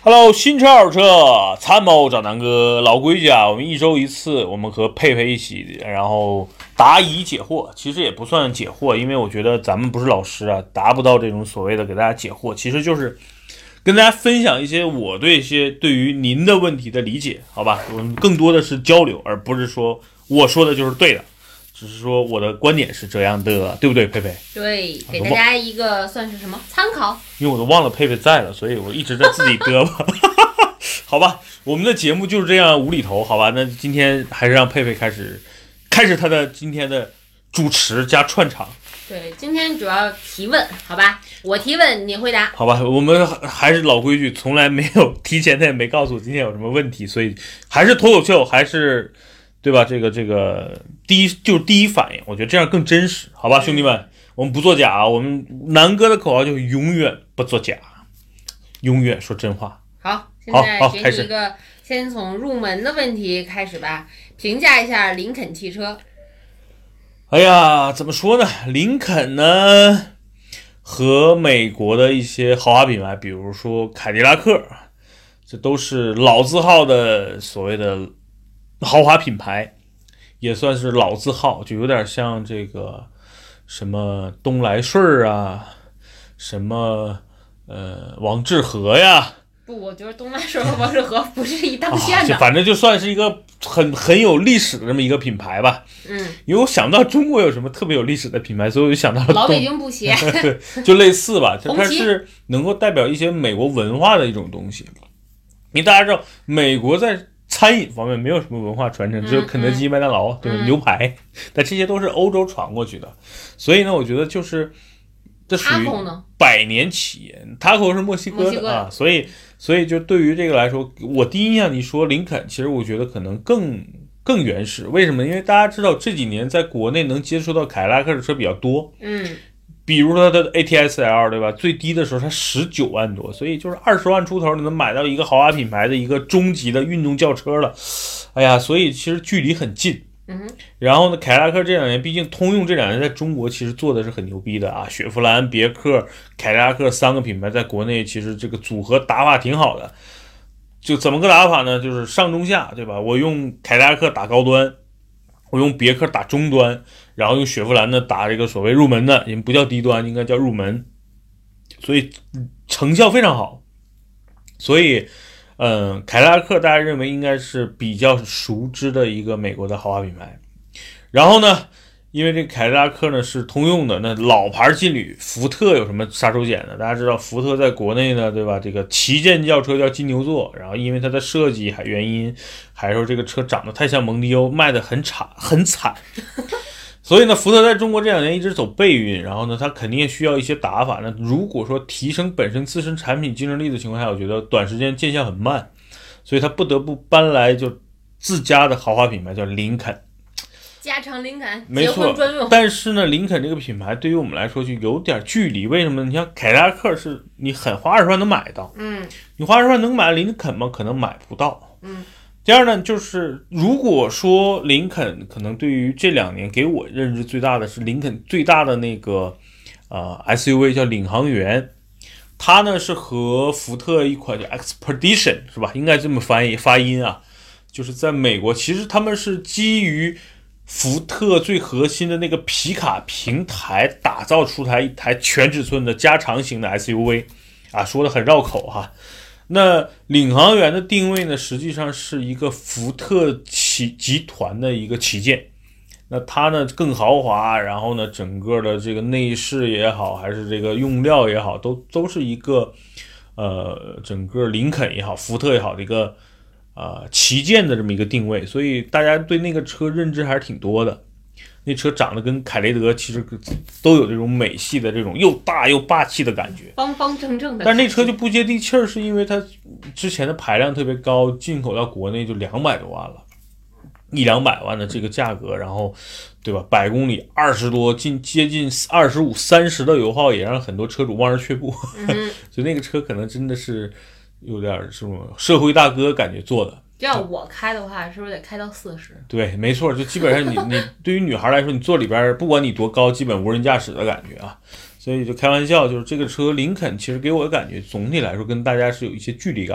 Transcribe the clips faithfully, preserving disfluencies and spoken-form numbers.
Hello，新车二手车参谋找南哥，老规矩啊，我们一周一次，我们和佩佩一起，然后答疑解惑。其实也不算解惑，因为我觉得咱们不是老师啊，达不到这种所谓的给大家解惑，其实就是跟大家分享一些我对一些对于您的问题的理解，好吧？我们更多的是交流，而不是说我说的就是对的。只是说我的观点是这样的，对不对，佩佩？ 对，给大家一个算是什么参考？ 因为我都忘了佩佩在了，所以我一直在自己嘚吧。好吧，我们的节目就是这样无厘头，好吧？那今天还是让佩佩开始，开始他的今天的主持加串场。 对，今天主要提问，好吧？我提问，你回答。 好吧，我们还是老规矩，从来没有提前，他也没告诉我今天有什么问题，所以还是脱口秀，还是。对吧？这个这个第一就是第一反应，我觉得这样更真实，好吧，兄弟们，我们不作假啊！我们南哥的口号就是永远不作假，永远说真话。 好，现在给你一个，先从入门的问题开始吧，评价一下林肯汽车。 哎呀，怎么说呢？林肯呢，和美国的一些豪华品牌，比如说凯迪拉克，这都是老字号的所谓的。豪华品牌也算是老字号，就有点像这个什么东来顺啊，什么呃王致和呀。 不，我觉得东来顺和王致和不是一档线的、 啊、反正就算是一个很很有历史的这么一个品牌吧。 嗯， 因为我想到中国有什么特别有历史的品牌，所以我就想到了老北京布鞋。 对，就类似吧，它是能够代表一些美国文化的一种东西。因为大家知道美国在餐饮方面没有什么文化传承，只有肯德基、麦当劳，对吧？牛排，但这些都是欧洲传过去的，所以呢，我觉得就是这属于百年企业。Taco 是墨西哥的啊，所以所以就对于这个来说，我第一印象你说林肯，其实我觉得可能更更原始。为什么？因为大家知道这几年在国内能接触到凯迪拉克的车比较多， 嗯。 比如说它的 A T S L 对吧？最低的时候才十九万多，所以就是二十万出头，你能买到一个豪华品牌的一个中级的运动轿车了。哎呀，所以其实距离很近。 嗯。 然后呢，凯迪拉克这两年，毕竟通用这两年在中国其实做的是很牛逼的啊，雪佛兰、别克、凯迪拉克三个品牌在国内其实这个组合打法挺好的。就怎么个打法呢？就是上中下，对吧？我用凯迪拉克打高端。我用别克打中端，然后用雪佛兰呢打这个所谓入门的，也不叫低端，应该叫入门，所以成效非常好。所以，嗯，凯迪拉克大家认为应该是比较熟知的一个美国的豪华品牌。然后呢，因为这个凯迪拉克呢是通用的，那老牌劲旅福特有什么杀手锏呢？大家知道福特在国内呢，对吧？这个旗舰轿车叫金牛座，然后因为它的设计还原因，还是说这个车长得太像蒙迪欧，卖的很惨很惨。所以呢，福特在中国这两年一直走备孕，然后呢，它肯定也需要一些打法。那如果说提升本身自身产品竞争力的情况下，我觉得短时间见效很慢，所以它不得不搬来就自家的豪华品牌叫林肯。 加长林肯， 没错，但是呢，林肯这个品牌对于我们来说就有点距离。为什么？你像凯迪拉克是你很花二十万能买到， 嗯， 你花二十万能买林肯吗？可能买不到， 嗯。 第二呢，就是如果说林肯可能对于这两年给我认知最大的是林肯最大的那个呃 S U V 叫领航员，它呢是和福特一款叫 Expedition 是吧？应该这么翻译发音啊，就是在美国其实他们是基于福特最核心的那个皮卡平台打造出来一台全尺寸的加长型的 S U V 啊，说的很绕口哈。那领航员的定位呢，实际上是一个福特旗集团的一个旗舰。那它呢更豪华，然后呢整个的这个内饰也好，还是这个用料也好，都都是一个呃整个林肯也好，福特也好的一个呃旗舰的这么一个定位，所以大家对那个车认知还是挺多的。那车长得跟凯雷德其实都有这种美系的这种又大又霸气的感觉， 方方正正的。 但是那车就不接地气儿，是因为它之前的排量特别高，进口到国内就两百多万了，一两百万的这个价格，然后对吧？百公里二十多，近接近二十五、三十的油耗，也让很多车主望而却步。 嗯、 所以那个车可能真的是有点这种社会大哥感觉做的。 这样我开的话，是不是得开到四十？ 对，没错，就基本上你你对于女孩来说，你坐里边不管你多高，基本无人驾驶的感觉啊。所以就开玩笑，就是这个车林肯其实给我的感觉总体来说跟大家是有一些距离感的。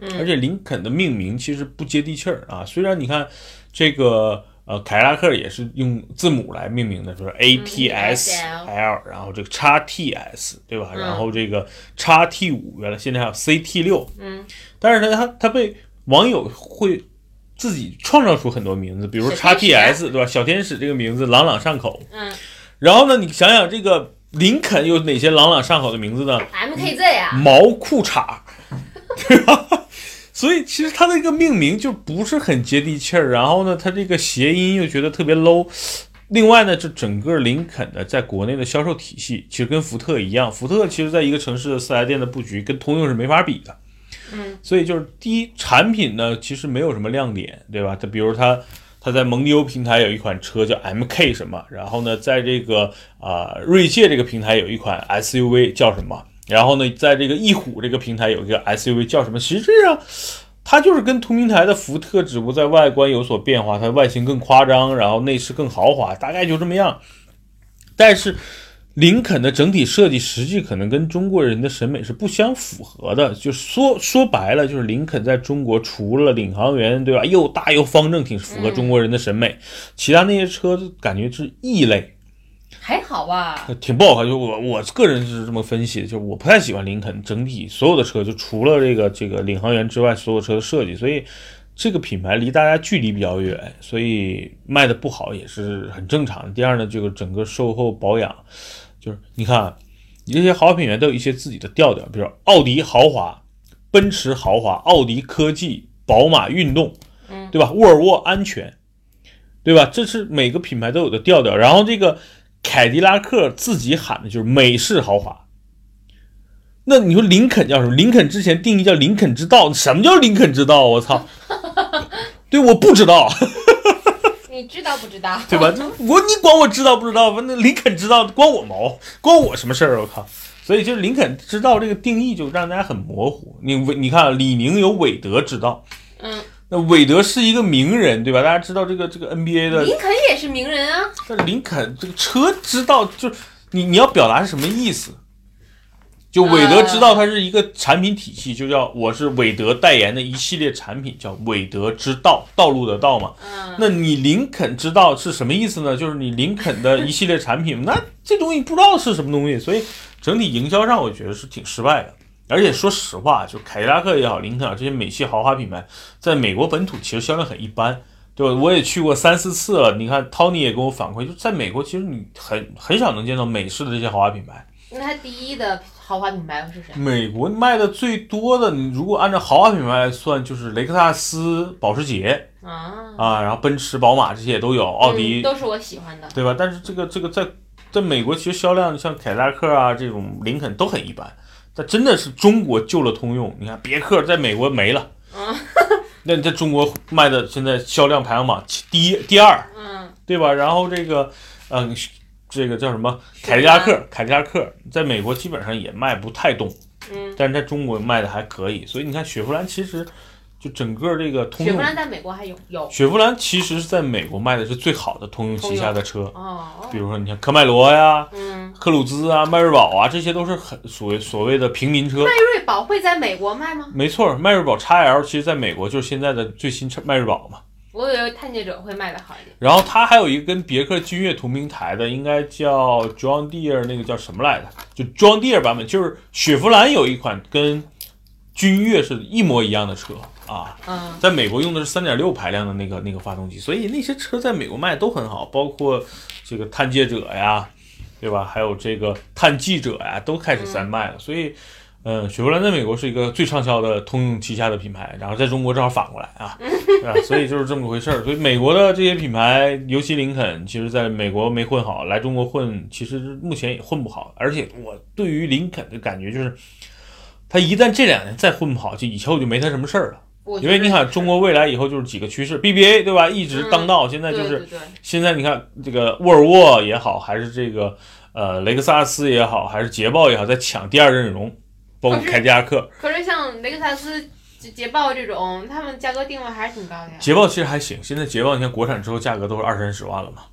而且林肯的命名其实不接地气儿啊。虽然你看这个呃凯迪拉克也是用字母来命名的，就是 A T S L， 然后这个 X T S 对吧？然后这个 X T 五，原来现在还有 C T 六，嗯，但是呢，它它被网友会自己创造出很多名字，比如 X T S 对吧？小天使这个名字朗朗上口，嗯，然后呢，你想想这个林肯有哪些朗朗上口的名字呢 ？M K Z 啊， 毛裤衩，对吧？所以其实它的一个命名就不是很接地气儿，然后呢，它这个谐音又觉得特别 low。另外呢，这整个林肯的在国内的销售体系，其实跟福特一样，福特其实在一个城市的四 S 店的布局跟通用是没法比的。嗯，所以就是第一，产品呢其实没有什么亮点，对吧？它比如它它在蒙迪欧平台有一款车叫 M K 什么，然后呢，在这个啊、呃、锐界这个平台有一款 S U V 叫什么。然后呢，在这个翼虎这个平台有一个 S U V 叫什么？实际上，它就是跟同平台的福特，只不过在外观有所变化，它外形更夸张，然后内饰更豪华，大概就这么样。但是，林肯的整体设计实际可能跟中国人的审美是不相符合的。就说说白了，就是林肯在中国除了领航员，对吧？又大又方正，挺符合中国人的审美，嗯、其他那些车感觉是异类。 还好吧， 挺不好看。就我我个人是这么分析的，就是我不太喜欢林肯整体所有的车，就除了这个这个领航员之外，所有车的设计，所以这个品牌离大家距离比较远，所以卖的不好也是很正常的。第二呢，这个整个售后保养，就是你看这些豪华品牌都有一些自己的调调，比如奥迪豪华、奔驰豪华、奥迪科技、宝马运动，对吧？沃尔沃安全，对吧？这是每个品牌都有的调调。然后这个凯迪拉克自己喊的就是美式豪华，那你说林肯叫什么？林肯之前定义叫林肯之道，什么叫林肯之道？我操！对，我不知道。 你知道不知道？ 对吧？我你管我知道不知道？那林肯之道关我毛，关我什么事儿？我靠！所以就是林肯之道这个定义就让大家很模糊。你你看，李宁有韦德之道，嗯。那韦德是一个名人，对吧？大家知道这个这个 N B A 的林肯也是名人啊。 但林肯这个车知道，就是你你要表达是什么意思？就韦德知道它是一个产品体系，就叫我是韦德代言的一系列产品，叫韦德之道，道路的道嘛。嗯。那你林肯知道是什么意思呢？就是你林肯的一系列产品，那这东西不知道是什么东西，所以整体营销上我觉得是挺失败的。而且说实话，就凯迪拉克也好，林肯啊这些美系豪华品牌，在美国本土其实销量很一般，对吧？我也去过三四次了。你看 Tony 也跟我反馈，就在美国其实你很很少能见到美式的这些豪华品牌。 那它第一的豪华品牌是谁？ 美国卖的最多的，你如果按照豪华品牌来算，就是雷克萨斯、保时捷啊啊，然后奔驰、宝马这些也都有，奥迪、 嗯、都是我喜欢的， 对吧？但是这个这个在在美国其实销量像凯迪拉克啊这种林肯都很一般。但真的是中国救了通用，你看别克在美国没了，嗯，那在中国卖的现在销量排行榜第一、第二，嗯，对吧？然后这个，嗯，这个叫什么？凯迪拉克，凯迪拉克在美国基本上也卖不太动，嗯，但是在中国卖的还可以，所以你看雪佛兰其实就整个这个通用， 雪佛兰在美国还有有， 雪佛兰其实是在美国卖的是最好的通用旗下的车，哦，比如说你看科迈罗呀，嗯。克鲁兹啊，迈锐宝啊，这些都是很所谓所谓的平民车。 迈锐宝会在美国卖吗？ 没错，迈锐宝 X L 其实在美国就是现在的最新迈锐宝嘛。 我以为探界者会卖的好一点。 然后它还有一个跟别克君越同平台的，应该叫 John Deere， 那个叫什么来着？就 John Deere 版本，就是雪佛兰有一款跟君越是一模一样的车啊。嗯，在美国用的是 三点六 排量的那个那个发动机，所以那些车在美国卖都很好，包括这个探界者呀。对吧？还有这个探记者呀，都开始在卖了。所以，嗯，雪佛兰在美国是一个最畅销的通用旗下的品牌，然后在中国正好反过来啊，对吧？所以就是这么回事儿。所以美国的这些品牌，尤其林肯，其实在美国没混好，来中国混，其实目前也混不好。而且我对于林肯的感觉就是，他一旦这两年再混不好，就以后就没他什么事儿了。因为你看中国未来以后就是几个趋势 B B A 对吧，一直当道、嗯、现在就是对对对现在你看这个沃尔沃也好，还是这个呃雷克萨斯也好，还是捷豹也好，在抢第二阵容，包括凯迪拉克。 可是像雷克萨斯捷豹这种他们价格定位还是挺高的呀。 捷豹其实还行，现在捷豹你看国产之后价格都是二三十万了嘛，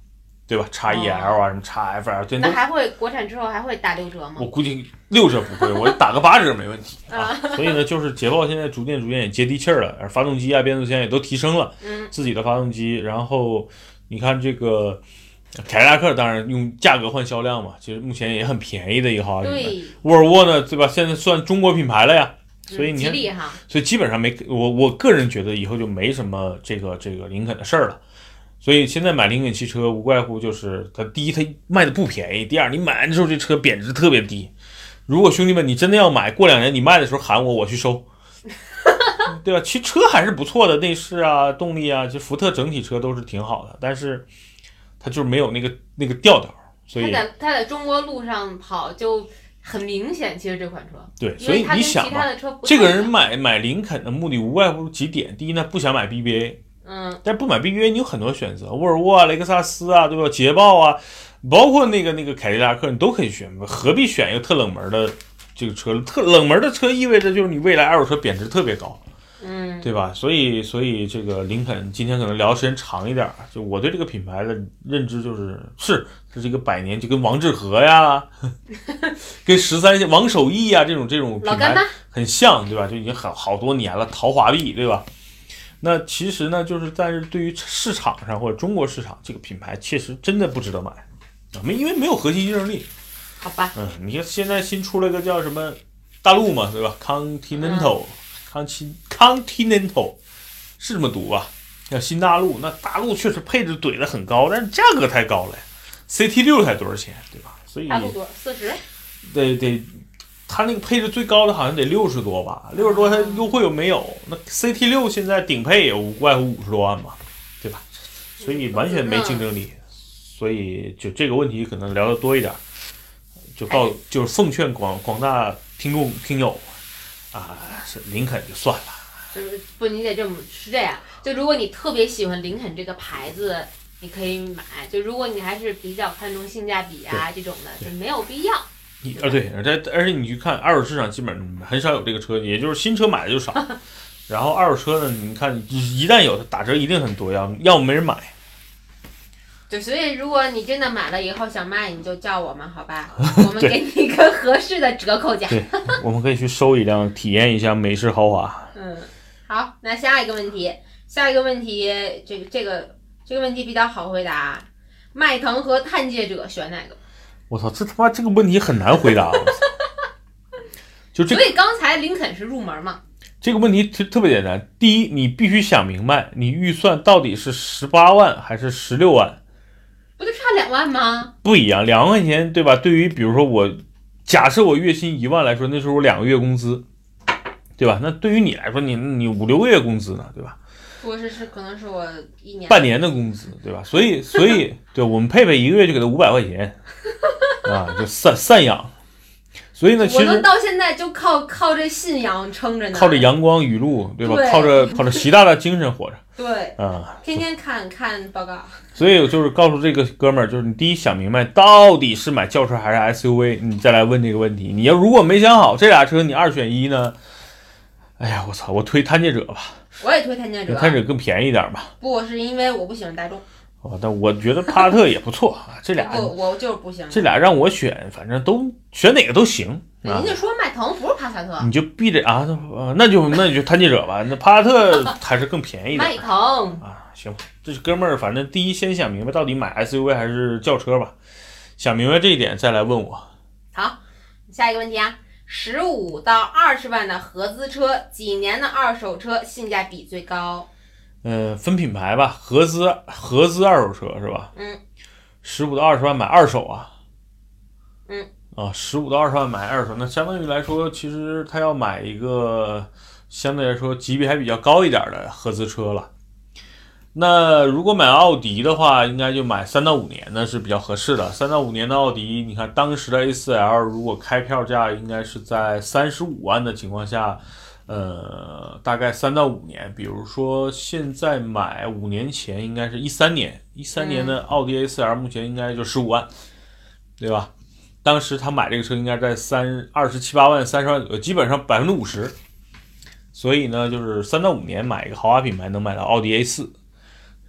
对吧 ？X E L 啊，什么 X F L， 那还会国产之后还会打六折吗？ 我估计六折不会，我打个八折没问题啊。所以呢，就是捷豹现在逐渐逐渐也接地气儿了，而发动机啊、变速箱也都提升了， 嗯， 自己的发动机。然后你看这个凯迪拉克，当然用价格换销量嘛，其实目前也很便宜的一个豪华品牌。 对， 沃尔沃呢，对吧？现在算中国品牌了呀。所以你看， 嗯、 所以基本上没我我个人觉得以后就没什么这个这个林肯的事儿了。所以现在买林肯汽车无怪乎就是它第一它卖的不便宜，第二你买完之后这车贬值特别低。如果兄弟们你真的要买，过两年你卖的时候喊我，我去收，对吧？其实车还是不错的，内饰啊、动力啊，其实福特整体车都是挺好的，但是它就是没有那个那个调调。所以它在它在中国路上跑就。很明显，其实这款车对，所以你想嘛，这个人买买林肯的目的无外乎几点：第一呢，不想买 B B A， 嗯， 但不买 B B A 你有很多选择，沃尔沃啊、雷克萨斯啊，对吧？捷豹啊，包括那个那个凯迪拉克，你都可以选，何必选一个特冷门的这个车？特冷门的车意味着就是你未来二手车贬值特别高。 嗯， 对吧？所以，所以这个林肯今天可能聊的时间长一点，就我对这个品牌的认知就是是是这个百年，就跟王致和呀，跟十三王守义呀这种这种品牌很像，对吧？就已经很好多年了，陶华碧，对吧？那其实呢，就是但是对于市场上或者中国市场，这个品牌确实真的不值得买啊，没因为没有核心竞争力。 好吧， 嗯，你看现在新出了个叫什么大陆嘛，对吧 ？Continental。嗯康奇 Continental 是这么读吧？叫新大陆，那大陆确实配置怼得很高，但是价格太高了。C T 六 才多少钱，对吧？所以大陆多四十？ 对对，它那个配置最高的好像得六十多吧，六十多它优惠有没有？那 C T 六 现在顶配也无外乎五十多万吧，对吧？所以完全没竞争力。所以就这个问题可能聊得多一点，就告就是奉劝广广大听众听友。啊，是林肯就算了， 就是不，你得这么是这样。就如果你特别喜欢林肯这个牌子，你可以买；就如果你还是比较看重性价比啊这种的，就没有必要。 你啊对，而且而且你去看二手市场，基本上很少有这个车，也就是新车买的就少。然后二手车呢，你看一旦有，打折一定很多，要要么没人买。 对，所以如果你真的买了以后想卖，你就叫我们，好吧？我们给你一个合适的折扣价。 对，我们可以去收一辆，体验一下美式豪华。 嗯，好，那下一个问题，下一个问题，这个这个这个问题比较好回答，迈腾和探界者选哪个？ 我操，这他妈这个问题很难回答。就这， 所以刚才林肯是入门嘛？ 这个问题特别简单，第一，你必须想明白，你预算到底是十八万还是十六万。 不就差两万吗？ 不一样，两万块钱，对吧？对于比如说我，假设我月薪一万来说，那是我两个月工资，对吧？那对于你来说，你你五六个月工资呢，对吧？ 我是是可能是我一年半年的工资，对吧？所以所以，对我们佩佩一个月就给他五百块钱，啊，就赡赡养。所以呢，其实我能到现在就靠靠这信仰撑着呢， 靠着阳光雨露，对吧？ 对靠着靠着习大大精神活着。 对啊， 天天看看报告。 所以就是告诉这个哥们儿，就是你第一想明白到底是买轿车还是 S U V， 你再来问这个问题。你要如果没想好这俩车你二选一呢，哎呀，我操，我推探界者吧。 我也推探界者， 探界者更便宜一点吧。 不，是因为我不喜欢大众。 哦，但我觉得帕萨特也不错啊，这俩我我就是不行。 这俩让我选，反正都选哪个都行。 您就说迈腾不是帕萨特， 你就闭着啊，那就那你就探界者吧。那帕萨特还是更便宜的。 迈腾啊，行，这哥们儿，反正第一先想明白到底买 S U V 还是轿车吧，想明白这一点再来问我。 好，下一个问题啊，十五到二十万的合资车，几年的二手车性价比最高？ 嗯，分品牌吧，合资合资二手车是吧？ 嗯， 十五到二十万买二手啊。 嗯。 啊，十五到二十万买二手，那相当于来说，其实他要买一个相对来说级别还比较高一点的合资车了。那如果买奥迪的话，应该就买三到五年的是比较合适的。三到五年的奥迪，你看当时的 A 四 L 如果开票价应该是在三十五万的情况下，呃，大概三到五年。比如说现在买五年前应该是一三年，一三年的奥迪 A 四 L 目前应该就十五万，对吧？当时他买这个车应该在三二十七八万、三十万左右，基本上百分之五十。所以呢，就是三到五年买一个豪华品牌能买到奥迪 A 四，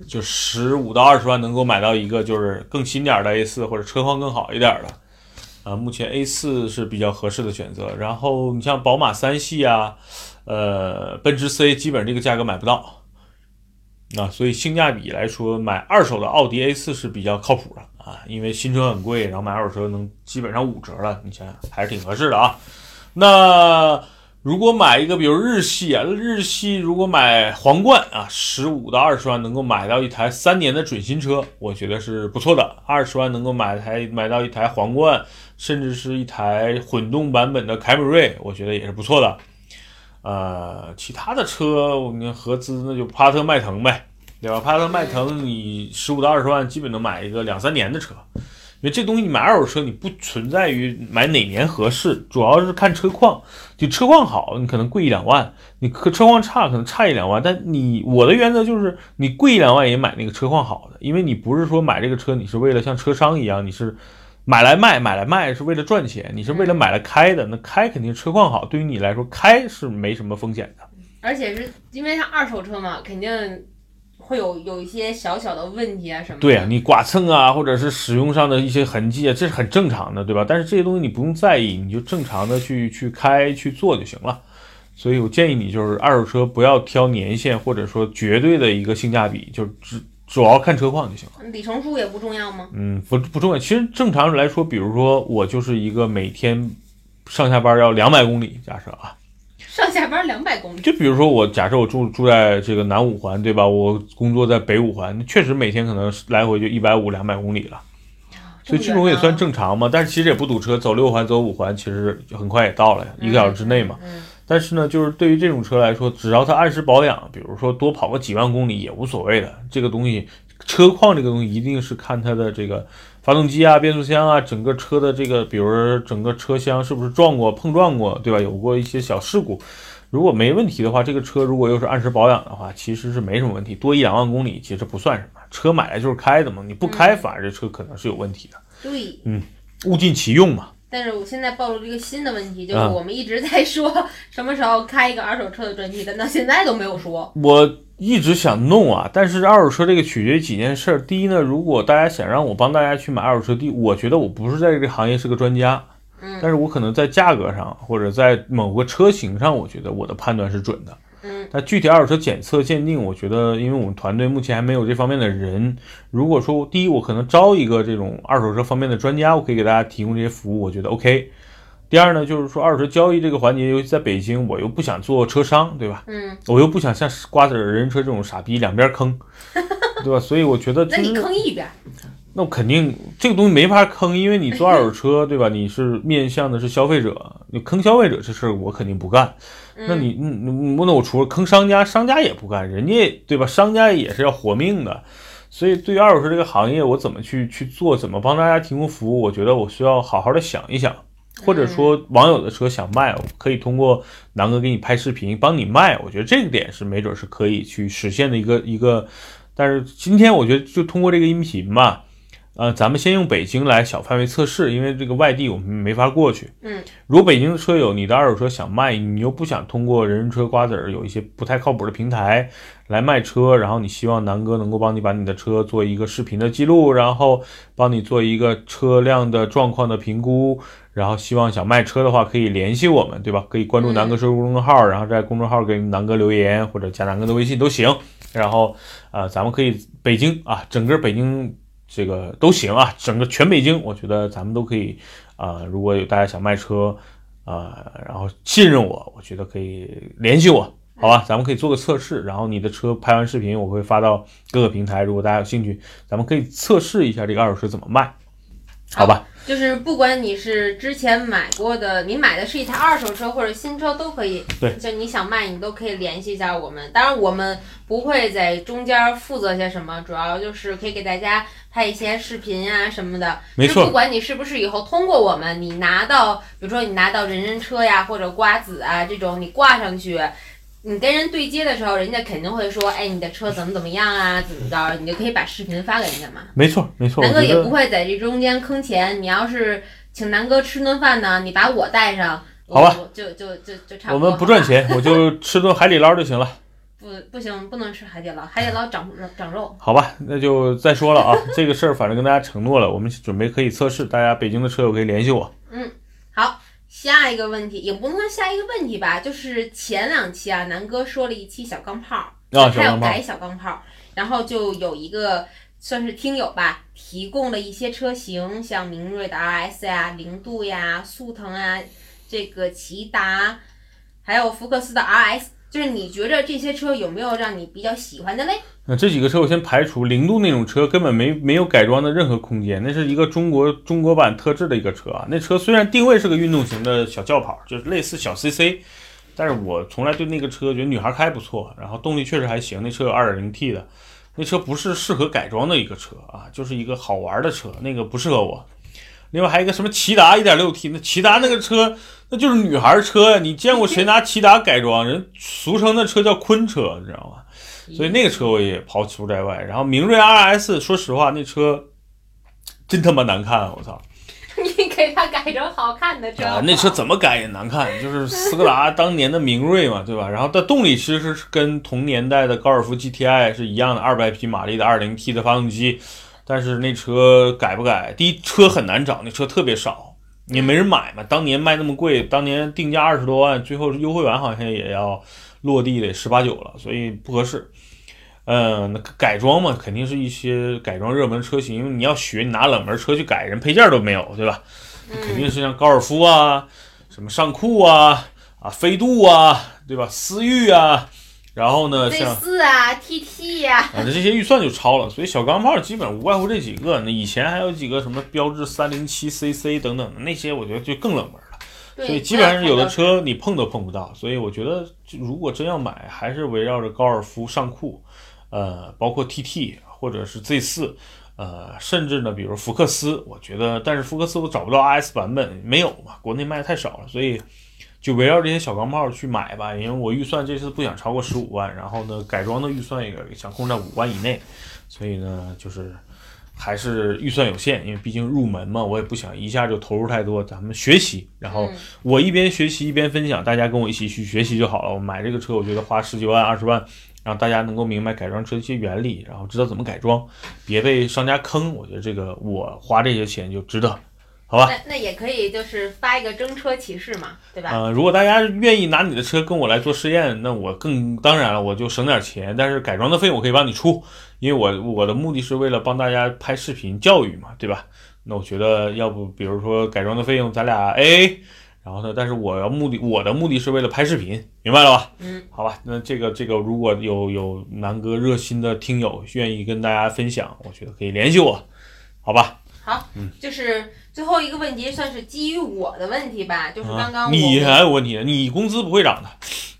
就十五到二十万能够买到一个就是更新点的 A 四或者车况更好一点的。啊，目前 A 四是比较合适的选择。然后你像宝马三系啊，呃，奔驰 C 基本这个价格买不到。啊，所以性价比来说，买二手的奥迪 A 四是比较靠谱的啊，因为新车很贵，然后买二手车能基本上五折了，你想想还是挺合适的啊。那如果买一个比如日系啊，日系如果买皇冠啊，十五到二十万能够买到一台三年的准新车，我觉得是不错的。二十万能够买台买到一台皇冠，甚至是一台混动版本的凯美瑞，我觉得也是不错的。呃，其他的车，我们合资那就帕特迈腾呗，对吧？帕特迈腾你十五到二十万基本能买一个两三年的车，因为这东西你买二手车你不存在于买哪年合适，主要是看车况。就车况好，你可能贵一两万；你车况差，可能差一两万。但你我的原则就是，你贵一两万也买那个车况好的，因为你不是说买这个车你是为了像车商一样，你是买来卖，买来卖是为了赚钱，你是为了买来开的，那开肯定车况好，对于你来说开是没什么风险的。 而且是因为它二手车嘛，肯定会有有一些小小的问题啊什么的。 对啊，你剐蹭啊，或者是使用上的一些痕迹啊，这是很正常的，对吧？但是这些东西你不用在意，你就正常的去去开去做就行了。所以我建议你就是二手车不要挑年限，或者说绝对的一个性价比，就只主要看车况就行了。 里程数也不重要吗？ 嗯，不不重要。其实正常来说，比如说我就是一个每天上下班要两百公里，假设啊， 上下班两百公里。 就比如说我假设我住住在这个南五环，对吧？我工作在北五环，确实每天可能来回就一百五两百公里了。所以这种也算正常嘛，但是其实也不堵车，走六环走五环其实很快也到了，一个小时之内嘛。 嗯嗯、 但是呢，就是对于这种车来说，只要它按时保养，比如说多跑个几万公里也无所谓的。这个东西，车况这个东西一定是看它的这个发动机啊、变速箱啊，整个车的这个，比如说整个车厢是不是撞过、碰撞过，对吧？有过一些小事故。如果没问题的话，这个车如果又是按时保养的话，其实是没什么问题，多一两万公里其实不算什么。车买来就是开的嘛，你不开反而这车可能是有问题的。 对， 嗯，物尽其用嘛。 但是我现在暴露这个新的问题，就是我们一直在说什么时候开一个二手车的专题，但到现在都没有说。 我一直想弄啊，但是二手车这个取决于几件事。第一呢，如果大家想让我帮大家去买二手车，第一，我觉得我不是在这个行业是个专家。 嗯， 但是我可能在价格上或者在某个车型上，我觉得我的判断是准的。 嗯， 那具体二手车检测鉴定，我觉得因为我们团队目前还没有这方面的人，如果说第一我可能招一个这种二手车方面的专家，我可以给大家提供这些服务，我觉得 OK。第二呢，就是说二手车交易这个环节，尤其在北京，我又不想做车商，对吧？ 嗯， 我又不想像瓜子人车这种傻逼两边坑，对吧？所以我觉得、就是、 那你坑一边。 那我肯定这个东西没法坑，因为你做二手车，对吧？你是面向的是消费者，你坑消费者这事儿我肯定不干。那你嗯，那我除了坑商家，商家也不干，人家对吧？商家也是要活命的。所以对于二手车这个行业，我怎么去去做，怎么帮大家提供服务，我觉得我需要好好的想一想。或者说网友的车想卖，我可以通过南哥给你拍视频帮你卖，我觉得这个点是没准是可以去实现的一个一个。但是今天我觉得就通过这个音频吧。呃，咱们先用北京来小范围测试，因为这个外地我们没法过去。 嗯， 如果北京的车友，你的二手车想卖，你又不想通过人人车瓜子儿有一些不太靠谱的平台来卖车，然后你希望南哥能够帮你把你的车做一个视频的记录，然后帮你做一个车辆的状况的评估，然后希望想卖车的话可以联系我们，对吧？可以关注南哥车公众号，然后在公众号给南哥留言或者加南哥的微信都行。然后呃，咱们可以北京啊，整个北京。这个都行啊，整个全北京，我觉得咱们都可以啊、呃。如果有大家想卖车啊、呃，然后信任我，我觉得可以联系我，好吧？咱们可以做个测试，然后你的车拍完视频，我会发到各个平台。如果大家有兴趣，咱们可以测试一下这个二手车怎么卖，好吧？ 就是不管你是之前买过的，你买的是一台二手车或者新车都可以。 对， 就你想卖，你都可以联系一下我们。当然，我们不会在中间负责些什么，主要就是可以给大家拍一些视频啊什么的。 没错。 不管你是不是以后通过我们，你拿到，比如说你拿到人人车呀或者瓜子啊这种，你挂上去。你跟人对接的时候，人家肯定会说，哎，你的车怎么怎么样啊，怎么着，你就可以把视频发给人家嘛。 没错，没错。 南哥也不会在这中间坑钱。你要是请南哥吃顿饭呢，你把我带上， 好吧， 就就就就差不多。 我们不赚钱，我就吃顿海底捞就行了。 不不行，不能吃海底捞，海底捞长长肉。 好吧，那就再说了啊，这个事儿反正跟大家承诺了，我们准备可以测试，大家北京的车友可以联系我。 嗯，好，下一个问题也不能说下一个问题吧，就是前两期啊，南哥说了一期小钢炮， 啊， 他要改小钢炮，然后就有一个算是听友吧，提供了一些车型，像明锐的 R S 呀、零度呀、速腾啊，这个骐达，还有福克斯的 R S。就是你觉着这些车有没有让你比较喜欢的嘞？ 那这几个车我先排除，零度那种车根本没没有改装的任何空间，那是一个中国中国版特制的一个车啊。那车虽然定位是个运动型的小轿跑，就是类似小 C C， 但是我从来对那个车觉得女孩开不错，然后动力确实还行，那车有 二点零 T 的，那车不是适合改装的一个车啊，就是一个好玩的车，那个不适合我。另外还有一个什么骐达 一点六 T， 那骐达那个车那就是女孩车呀，你见过谁拿骐达改装？人俗称那车叫昆车，你知道吗？所以那个车我也抛除在外。然后明锐 R S， 说实话那车真他妈难看，我操！ 你给它改成好看的车、 啊，那车怎么改也难看，就是斯柯达当年的明锐嘛，对吧？然后的动力其实是跟同年代的高尔夫 G T I 是一样的，二百匹马力的 二点零 T 的发动机。但是那车改不改？第一，车很难找，那车特别少，也没人买嘛。当年卖那么贵，当年定价二十多万，最后优惠完好像也要落地得十八九了，所以不合适。嗯、呃，那改装嘛，肯定是一些改装热门车型，因为你要学，你拿冷门车去改，人配件都没有，对吧？肯定是像高尔夫啊，什么尚酷啊，啊飞度啊，对吧？思域啊。然后呢，像 Z 四啊 T T 呀、啊， 啊，这些预算就超了，所以小钢炮基本无外乎这几个。那以前还有几个什么标致三零七 C C 等等的那些，我觉得就更冷门了。所以基本上有的车你碰都碰不到。所以我觉得，如果真要买，还是围绕着高尔夫、尚酷，呃，包括 T T 或者是 Z 四，呃，甚至呢，比如福克斯，我觉得，但是福克斯我找不到 R S 版本，没有嘛，国内卖的太少了，所以。就围绕这些小钢炮去买吧，因为我预算这次不想超过十五万，然后呢，改装的预算也想控在五万以内，所以呢，就是还是预算有限，因为毕竟入门嘛，我也不想一下就投入太多，咱们学习，然后我一边学习一边分享，大家跟我一起去学习就好了。我买这个车，我觉得花十几万、二十万，让大家能够明白改装车的一些原理，然后知道怎么改装，别被商家坑。我觉得这个我花这些钱就值得。好吧， 那那也可以，就是发一个征车启事嘛，对吧？ 呃，如果大家愿意拿你的车跟我来做试验，那我更当然了，我就省点钱，但是改装的费用我可以帮你出，因为我我的目的是为了帮大家拍视频教育嘛，对吧？那我觉得要不，比如说改装的费用咱俩 A A， 然后呢，但是我要目的我的目的是为了拍视频，明白了吧？ 嗯， 好吧，那这个这个如果有有南哥热心的听友愿意跟大家分享，我觉得可以联系我，好吧？ 好，嗯，就是最后一个问题，算是基于我的问题吧，就是刚刚我、 啊、你还有问题呢，你工资不会涨的。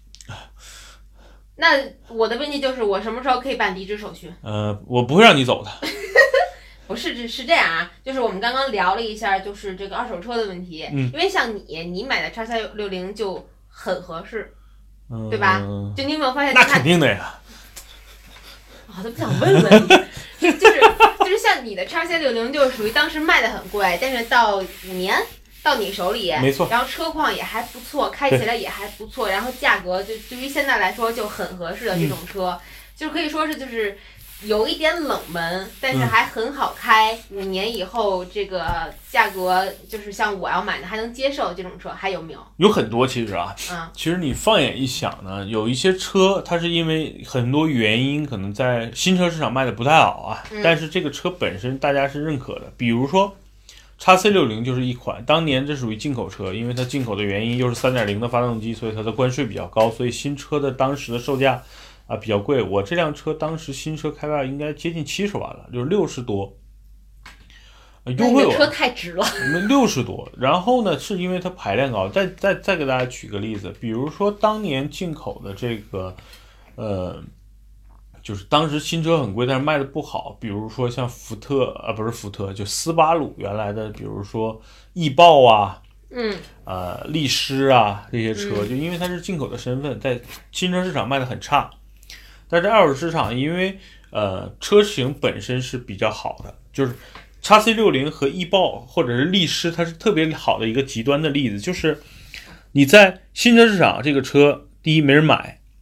那我的问题就是，我什么时候可以办离职手续？ 呃，我不会让你走的。 不是，是这样啊，就是我们刚刚聊了一下，就是这个二手车的问题， 嗯， 因为像你，你买的叉三六零就很合适， 嗯， 对吧？就你有没有发现？ 那肯定的呀。 我都不想问问你，就是就是像你的叉 C 六零就是属于当时卖的很贵，但是到五年到你手里， 没错， 然后车况也还不错，开起来也还不错，然后价格就对于现在来说就很合适的这种车，嗯、就是可以说是就是有一点冷门，但是还很好开。五、嗯、年以后这个价格就是像我要买的还能接受这种车，还有没有？ 有很多其实啊， 嗯， 其实你放眼一想呢，有一些车它是因为很多原因可能在新车市场卖的不太好啊， 嗯、 但是这个车本身大家是认可的，比如说。叉 C 六零 就是一款，当年这属于进口车，因为它进口的原因又是 三点零 的发动机，所以它的关税比较高，所以新车的当时的售价啊比较贵。我这辆车当时新车开价应该接近七十万了，就是六十多，优惠我车太值了， 六十多。然后呢，是因为它排量高。再再再给大家举个例子，比如说当年进口的这个，呃。就是当时新车很贵，但是卖的不好，比如说像福特啊，不是福特，就斯巴鲁原来的，比如说翼豹啊， 嗯， 呃，力狮啊这些车， 嗯、 就因为它是进口的身份，在新车市场卖的很差，但是在二手市场，因为呃车型本身是比较好的，就是 X C 六零 和翼豹或者是力狮，它是特别好的一个极端的例子，就是你在新车市场这个车，第一没人买。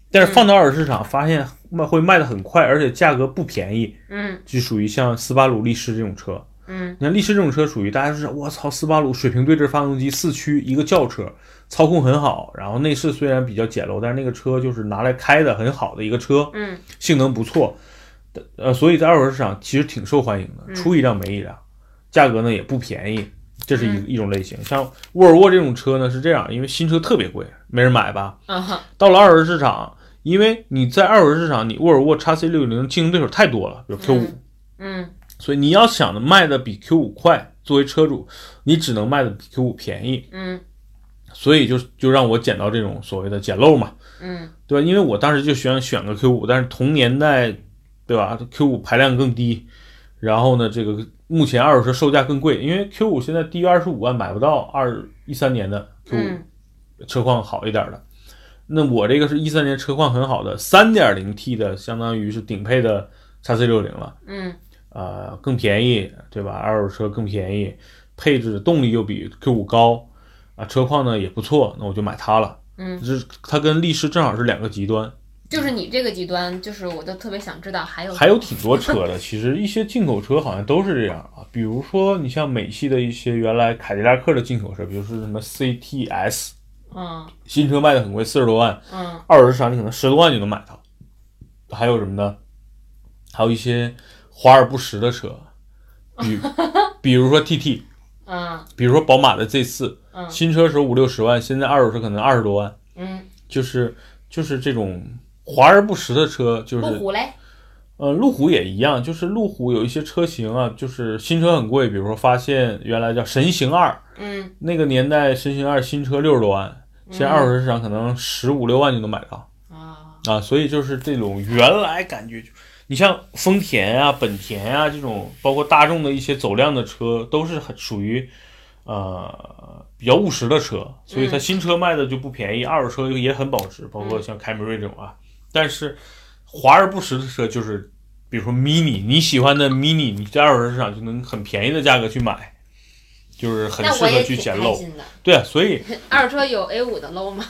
但是放到二手市场发现卖会卖的很快，而且价格不便宜， 嗯， 就属于像斯巴鲁力狮这种车。 嗯， 你看力狮这种车属于大家是我操，斯巴鲁水平对置发动机四驱一个轿车，操控很好，然后内饰虽然比较简陋，但是那个车就是拿来开的很好的一个车， 嗯， 性能不错，呃，所以在二手市场其实挺受欢迎的，出一辆没一辆，价格呢也不便宜，这是一、 嗯、 一种类型。像沃尔沃这种车呢是这样，因为新车特别贵，没人买吧， 啊、 到了二手市场，因为你在二手市场，你沃尔沃 X C 六零竞争对手太多了，比如 Q 五， 嗯。嗯， 所以你要想的卖的比 Q 五快，作为车主，你只能卖的比 Q 五便宜。 嗯， 所以就就让我捡到这种所谓的捡漏嘛。 嗯， 对吧？因为我当时就选选个 Q 五，但是同年代，对吧 ？Q 五排量更低，然后呢，这个目前二手车售价更贵，因为 Q 五现在低于二十五万买不到二一三年的 Q 五、 嗯、 车况好一点的。那我这个是一三年车况很好的 三点零 T 的，相当于是顶配的 X C 六零了。 嗯。 呃，更便宜，对吧？二手车更便宜，配置动力又比 Q 五高，啊，车况呢也不错，那我就买它了。 嗯， 这它跟力狮正好是两个极端。 就是你这个极端，就是我就特别想知道还有还有挺多车的，其实一些进口车好像都是这样啊。比如说你像美系的一些原来凯迪拉克的进口车，比如说什么 C T S， 嗯， 新车卖的很贵，四十多万， 嗯， 二手市场你可能十多万就能买到。还有什么呢？还有一些华而不实的车，比比如说 T T， 嗯， 比如说宝马的 Z 四， 嗯， 新车时候五六十万，现在二手车可能二十多万， 嗯， 就是就是这种华而不实的车，就是路虎嘞， 呃，路虎也一样，就是路虎有一些车型啊，就是新车很贵，比如说发现原来叫神行二， 嗯， 那个年代神行二新车六十多万，现在二手市场可能十五六万就能买到，啊、嗯、啊，所以就是这种原来感觉就。你像丰田啊、本田啊这种，包括大众的一些走量的车，都是很属于呃比较务实的车，所以它新车卖的就不便宜，嗯、二手车也很保值，包括像凯美瑞这种啊。但是华而不实的车就是，比如说 mini， 你喜欢的 mini， 你在二手市场就能很便宜的价格去买，就是很适合去捡漏。对啊，所以二手车有 A 五的漏吗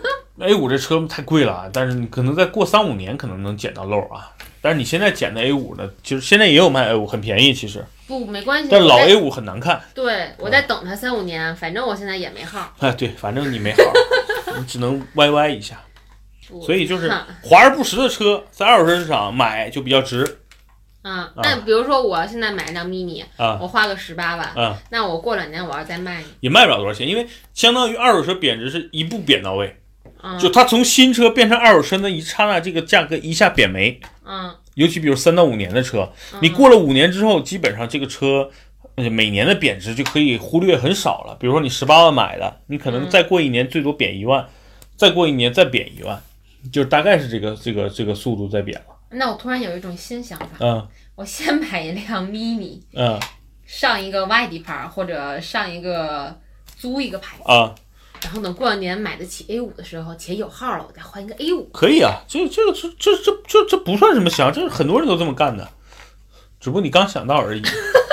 ？A 五这车太贵了，但是你可能再过三五年可能能捡到漏啊。但是你现在捡的 A 五呢，其实现在也有卖 A 五，很便宜，其实不没关系。 但老 A 五很难看。 对，我在等它三五年，反正我现在也没号。 哎，对，反正你没号，你只能歪歪一下。所以就是华而不实的车，在二手车市场买就比较值。 嗯，那比如说我现在买一辆 mini， 啊， 我花个十八万， 啊， 那我过两年我要再卖， 也卖不了多少钱，因为相当于二手车贬值是一步贬到位。 嗯、 就它从新车变成二手车那一刹那，这个价格一下贬没。 嗯， 尤其比如三到五年的车，你过了五年之后，基本上这个车每年的贬值就可以忽略很少了。比如说你十八万买的，你可能再过一年最多贬一万，嗯、再过一年再贬一万，就大概是这个这个这个速度在贬了。 那我突然有一种新想法， 嗯， 我先买一辆 mini， 嗯， 上一个外地牌或者上一个租一个牌子啊。 然后等过两年买得起 A 五的时候，且有号了，我再换一个 A 五。 可以啊，这这个这这这这这不算什么想，这很多人都这么干的，只不过你刚想到而已。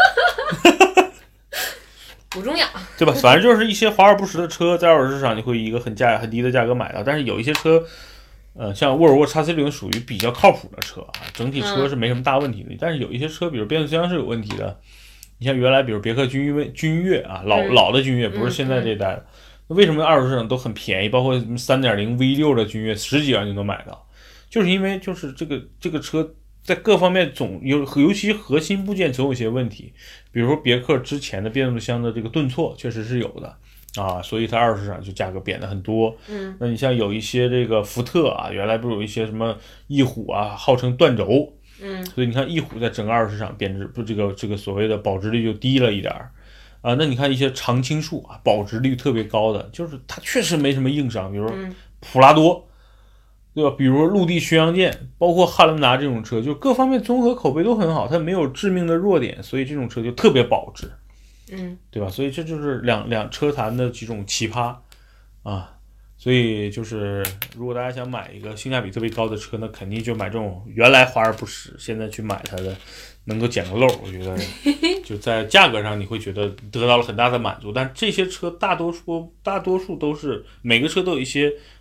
不重要， 对吧？反正就是一些华而不实的车，在二手市场你会以一个很价很低的价格买到，但是有一些车，呃，像沃尔沃 X C 六零属于比较靠谱的车啊，整体车是没什么大问题的。嗯、但是有一些车，比如变速箱是有问题的，你像原来比如别克君越君越啊，老、嗯、老的君越，不是现在这一代的。嗯嗯为什么二手市场都很便宜？包括什么 三点零 V 六 的君越，十几万就能买到，就是因为就是这个这个车在各方面总有，尤其核心部件总有一些问题，比如说别克之前的变速箱的这个顿挫确实是有的啊，所以它二手市场就价格贬的很多。 嗯， 那你像有一些这个福特啊，原来不是有一些什么翼虎啊，号称断轴， 嗯， 所以你看翼虎在整个二手市场贬值，不这个这个所谓的保值率就低了一点儿。啊，那你看一些常青树啊，保值率特别高的，就是它确实没什么硬伤，比如说普拉多，对吧？比如说陆地巡洋舰，包括汉兰达这种车，就各方面综合口碑都很好，它没有致命的弱点，所以这种车就特别保值， 嗯， 对吧？所以这就是两两车坛的几种奇葩啊。所以就是如果大家想买一个性价比特别高的车，那肯定就买这种原来华而不实，现在去买它的能够捡个漏，我觉得就在价格上你会觉得得到了很大的满足。但这些车大多数大多数都是每个车都有一些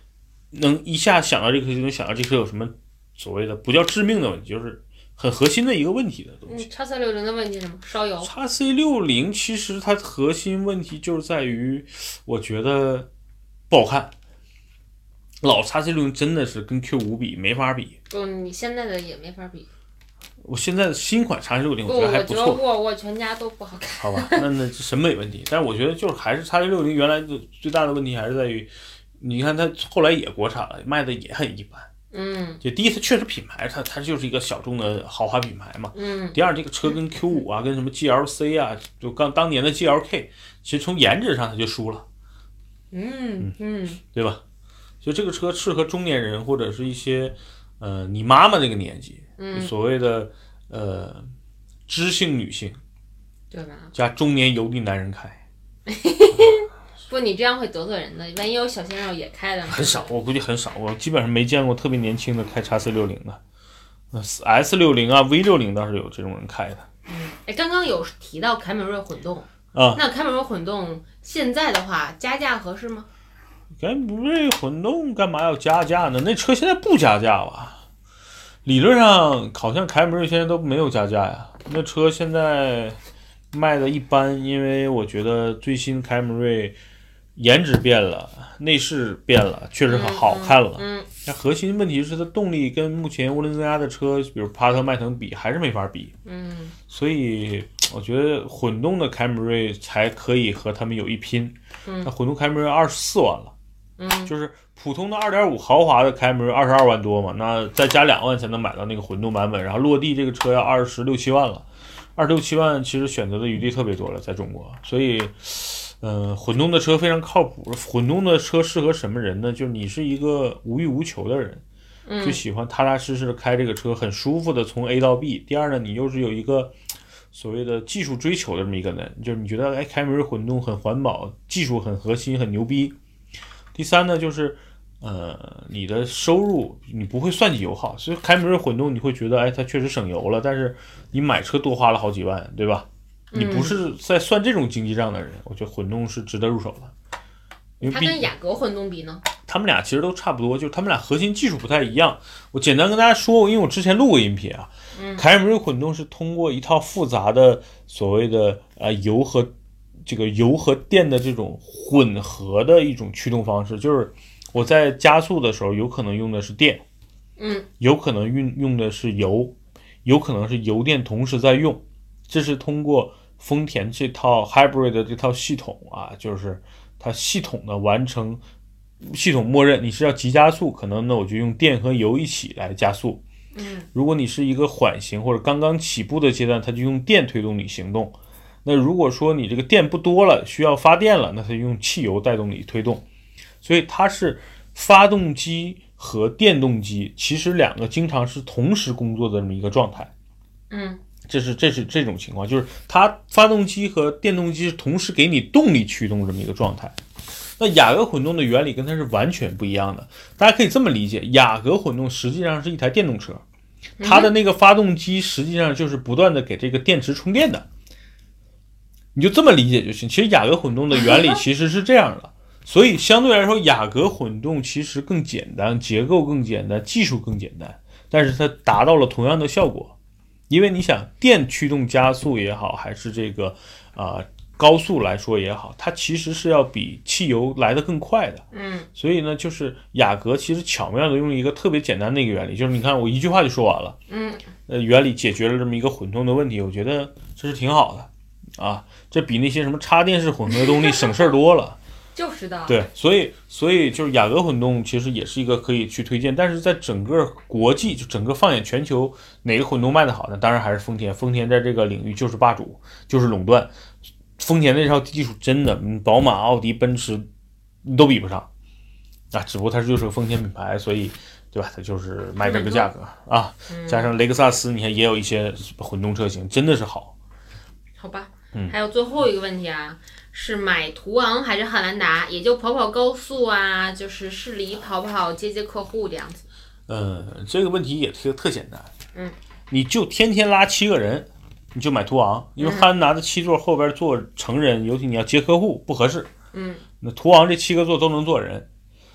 能一下想到这个车就能想到这车有什么所谓的不叫致命的问题，就是很核心的一个问题的东西。 嗯，叉 C 六零的问题是什么？烧油。 叉 C 六零其实它核心问题就是在于，我觉得不好看。老叉 C 六零真的是跟 Q 五比没法比。 嗯，你现在的也没法比。 我现在的新款叉 C 六零我觉得还不错。 我觉得沃尔沃全家都不好看。 好吧，那那审美问题，但是我觉得就是还是叉 C 六零原来的最大的问题还是在于，你看它后来也国产了，卖的也很一般。 嗯， 就第一，它确实品牌，它它就是一个小众的豪华品牌嘛。 嗯。 第二，这个车跟 Q 五啊，跟什么 G L C 啊，就刚当年的 G L K， 其实从颜值上它就输了。 嗯嗯， 对吧？所以这个车适合中年人或者是一些呃你妈妈那个年纪， 嗯， 所谓的呃知性女性， 对吧？ 加中年油腻男人开。 不，你这样会得罪人的。万一有小鲜肉也开的， 很少，我估计很少，我基本上没见过特别年轻的开 x C 六零的。S 六零啊 V 六零倒是有这种人开的。 嗯，哎，刚刚有提到凯美瑞混动啊， 那凯美瑞混动现在的话加价合适吗？ 凯美瑞混动干嘛要加价呢？那车现在不加价吧？理论上好像凯美瑞现在都没有加价呀。那车现在卖的一般，因为我觉得最新凯美瑞颜值变了，内饰变了，确实很好看了。 嗯， 那、嗯、核心问题是它动力跟目前涡轮增压的车，比如帕特、迈腾比还是没法比。 嗯， 所以我觉得混动的凯美瑞才可以和他们有一拼。 嗯， 那混动凯美瑞二十四万了。 嗯， 就是普通的 二点五 豪华的凯美瑞二十二万多嘛，那再加两万才能买到那个混动版本，然后落地这个车要二十六七万了，二十六七万其实选择的余地特别多了，在中国，所以，呃，混动的车非常靠谱。混动的车适合什么人呢？就是你是一个无欲无求的人，就喜欢踏踏实实的开这个车，很舒服的从 A 到 B。第二呢，你又是有一个所谓的技术追求的这么一个人，就是你觉得哎，凯美瑞混动很环保，技术很核心，很牛逼。第三呢，就是呃，你的收入你不会算计油耗，所以凯美瑞混动你会觉得，哎，它确实省油了，但是你买车多花了好几万，对吧？你不是在算这种经济账的人，我觉得混动是值得入手的。因为它跟雅阁混动比呢？ 他们俩其实都差不多，就是他们俩核心技术不太一样。我简单跟大家说，因为我之前录过音频啊， 嗯， 凯美瑞混动是通过一套复杂的所谓的呃油和这个油和电的这种混合的一种驱动方式，就是我在加速的时候有可能用的是电， 嗯， 有可能用用的是油，有可能是油电同时在用，这是通过丰田这套 hybrid 的这套系统啊，就是它系统的完成，系统默认你是要急加速，可能呢我就用电和油一起来加速， 嗯， 如果你是一个缓行或者刚刚起步的阶段，它就用电推动你行动。那如果说你这个电不多了，需要发电了，那它用汽油带动你推动。所以它是发动机和电动机其实两个经常是同时工作的这么一个状态。 嗯， 这是这是这种情况，就是它发动机和电动机是同时给你动力驱动这么一个状态。那雅阁混动的原理跟它是完全不一样的。大家可以这么理解，雅阁混动实际上是一台电动车，它的那个发动机实际上就是不断的给这个电池充电的。你就这么理解就行。其实雅阁混动的原理其实是这样的，所以相对来说，雅阁混动其实更简单，结构更简单，技术更简单，但是它达到了同样的效果。因为你想，电驱动加速也好，还是这个啊、呃、高速来说也好，它其实是要比汽油来得更快的。 嗯， 所以呢，就是雅阁其实巧妙的用一个特别简单的一个原理，就是你看我一句话就说完了。 嗯， 呃，原理解决了这么一个混动的问题，我觉得这是挺好的。啊，这比那些什么插电式混合动力省事儿多了。 就是的。 对，所以所以就是雅阁混动其实也是一个可以去推荐，但是在整个国际就整个放眼全球，哪个混动卖的好呢？当然还是丰田，丰田在这个领域就是霸主，就是垄断。丰田那套技术真的，宝马、奥迪、奔驰你都比不上啊，只不过它就是个丰田品牌，所以对吧？它就是卖这个价格啊。加上雷克萨斯，你看也有一些混动车型，真的是好。 好吧。 嗯， 还有最后一个问题啊，是买途昂还是汉兰达？也就跑跑高速啊，就是市里跑跑接接客户这样子。 嗯，这个问题也特特简单。 嗯， 你就天天拉七个人，你就买途昂，因为汉兰达的七座后边坐成人，尤其你要接客户不合适。 嗯， 那途昂这七个座都能坐人。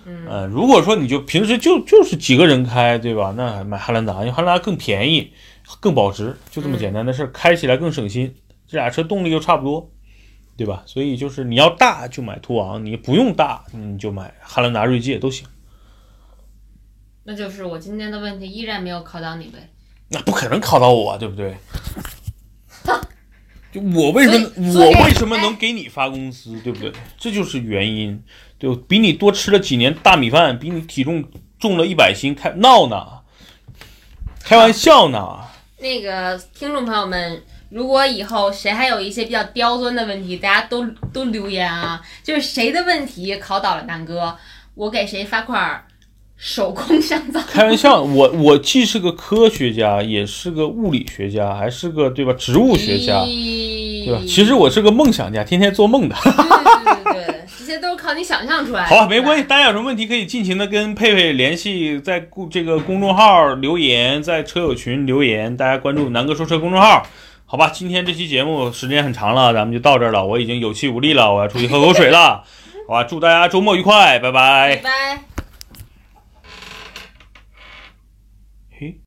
嗯、 呃，如果说你就平时就就是几个人开，对吧？那买汉兰达，因为汉兰达更便宜，更保值，就这么简单的事儿，开起来更省心。这俩车动力又差不多，对吧？所以就是你要大就买途昂，你不用大你就买汉兰达锐界都行。 那就是我今天的问题依然没有考到你呗？ 那不可能考到我，对不对？就我为什么所以我为什么能给你发工资，对不对？这就是原因，对，比你多吃了几年大米饭，比你体重重了一百斤，开闹呢，开玩笑呢。 那个听众朋友们，如果以后谁还有一些比较刁钻的问题，大家都都留言啊，就是谁的问题考倒了南哥，我给谁发块手工香皂。 开玩笑，我我既是个科学家，也是个物理学家，还是个对吧植物学家，对吧？其实我是个梦想家，天天做梦的。 对对对对，这些都是靠你想象出来的。 好，没关系，大家有什么问题可以尽情的跟佩佩联系，在这个公众号留言，在车友群留言，大家关注南哥说车公众号。好吧，今天这期节目时间很长了，咱们就到这儿了，我已经有气无力了，我要出去喝口水了。好吧，祝大家周末愉快，拜拜。 拜拜。 嘿。